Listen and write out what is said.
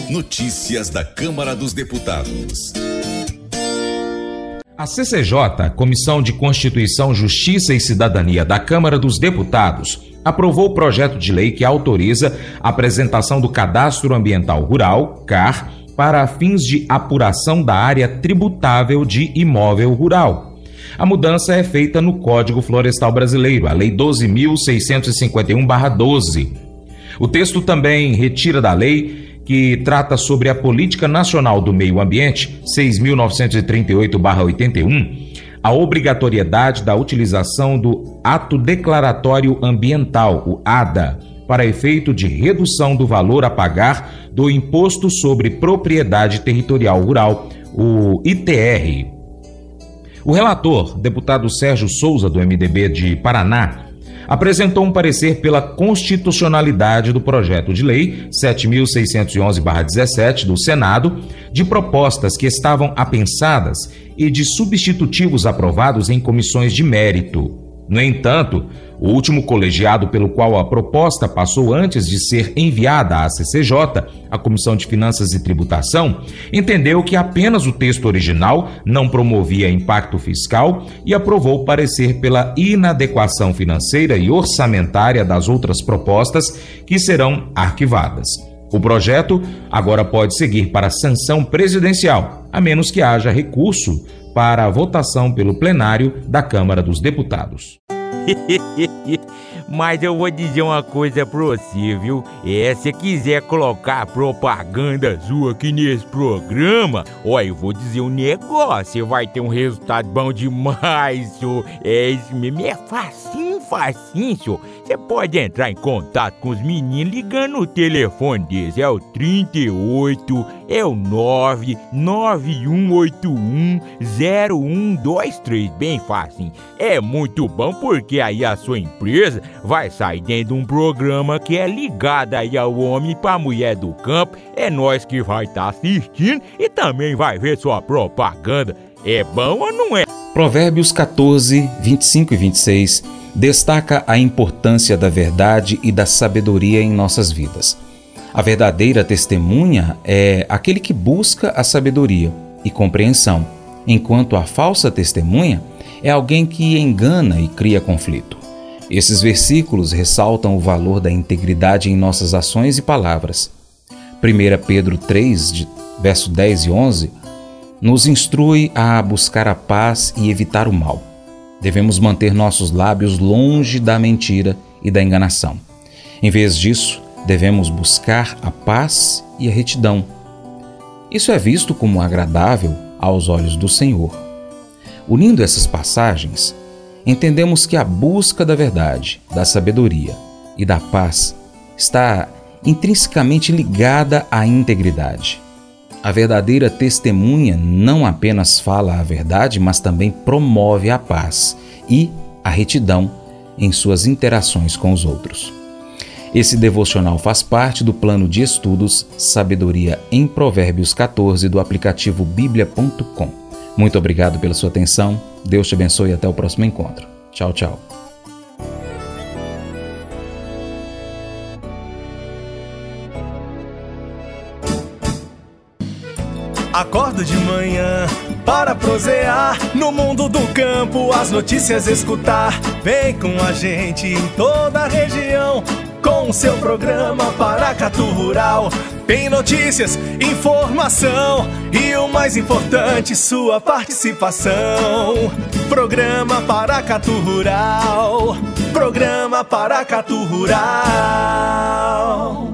Notícias da Câmara dos Deputados. A CCJ, Comissão de Constituição, Justiça e Cidadania da Câmara dos Deputados, aprovou o projeto de lei que autoriza a apresentação do Cadastro Ambiental Rural, CAR, para fins de apuração da área tributável de imóvel rural. A mudança é feita no Código Florestal Brasileiro, a Lei 12.651/12. O texto também retira da lei que trata sobre a Política Nacional do Meio Ambiente, 6.938/81, a obrigatoriedade da utilização do Ato Declaratório Ambiental, o ADA, para efeito de redução do valor a pagar do Imposto sobre Propriedade Territorial Rural, o ITR. O relator, deputado Sérgio Souza, do MDB de Paraná, apresentou um parecer pela constitucionalidade do projeto de lei 7.611/17 do Senado, de propostas que estavam apensadas e de substitutivos aprovados em comissões de mérito. No entanto, o último colegiado pelo qual a proposta passou antes de ser enviada à CCJ, a Comissão de Finanças e Tributação, entendeu que apenas o texto original não promovia impacto fiscal e aprovou o parecer pela inadequação financeira e orçamentária das outras propostas, que serão arquivadas. O projeto agora pode seguir para sanção presidencial, a menos que haja recurso para a votação pelo plenário da Câmara dos Deputados. Mas eu vou dizer uma coisa pra você, viu? Se quiser colocar propaganda sua aqui nesse programa, eu vou dizer um negócio, você vai ter um resultado bom demais, senhor. Isso mesmo, é facinho, senhor. Você pode entrar em contato com os meninos ligando o telefone deles, é o 38, é o 991810123, bem facinho. É muito bom porque aí a sua empresa vai sair dentro de um programa que é ligado aí ao homem pra mulher do campo. É nós que vai estar assistindo e também vai ver sua propaganda. É bom ou não é? Provérbios 14, 25 e 26 destaca a importância da verdade e da sabedoria em nossas vidas. A verdadeira testemunha é aquele que busca a sabedoria e compreensão, enquanto a falsa testemunha é alguém que engana e cria conflito. Esses versículos ressaltam o valor da integridade em nossas ações e palavras. 1 Pedro 3, verso 10 e 11, nos instrui a buscar a paz e evitar o mal. Devemos manter nossos lábios longe da mentira e da enganação. Em vez disso, devemos buscar a paz e a retidão. Isso é visto como agradável aos olhos do Senhor. Unindo essas passagens, entendemos que a busca da verdade, da sabedoria e da paz está intrinsecamente ligada à integridade. A verdadeira testemunha não apenas fala a verdade, mas também promove a paz e a retidão em suas interações com os outros. Esse devocional faz parte do plano de estudos Sabedoria em Provérbios 14 do aplicativo biblia.com. Muito obrigado pela sua atenção, Deus te abençoe e até o próximo encontro. Tchau, tchau. Acordo de manhã para prosear no mundo do campo, as notícias escutar. Vem com a gente em toda a região com o seu programa Paracatu Rural. Tem notícias, informação e o mais importante, sua participação. Programa Paracatu Rural. Programa Paracatu Rural.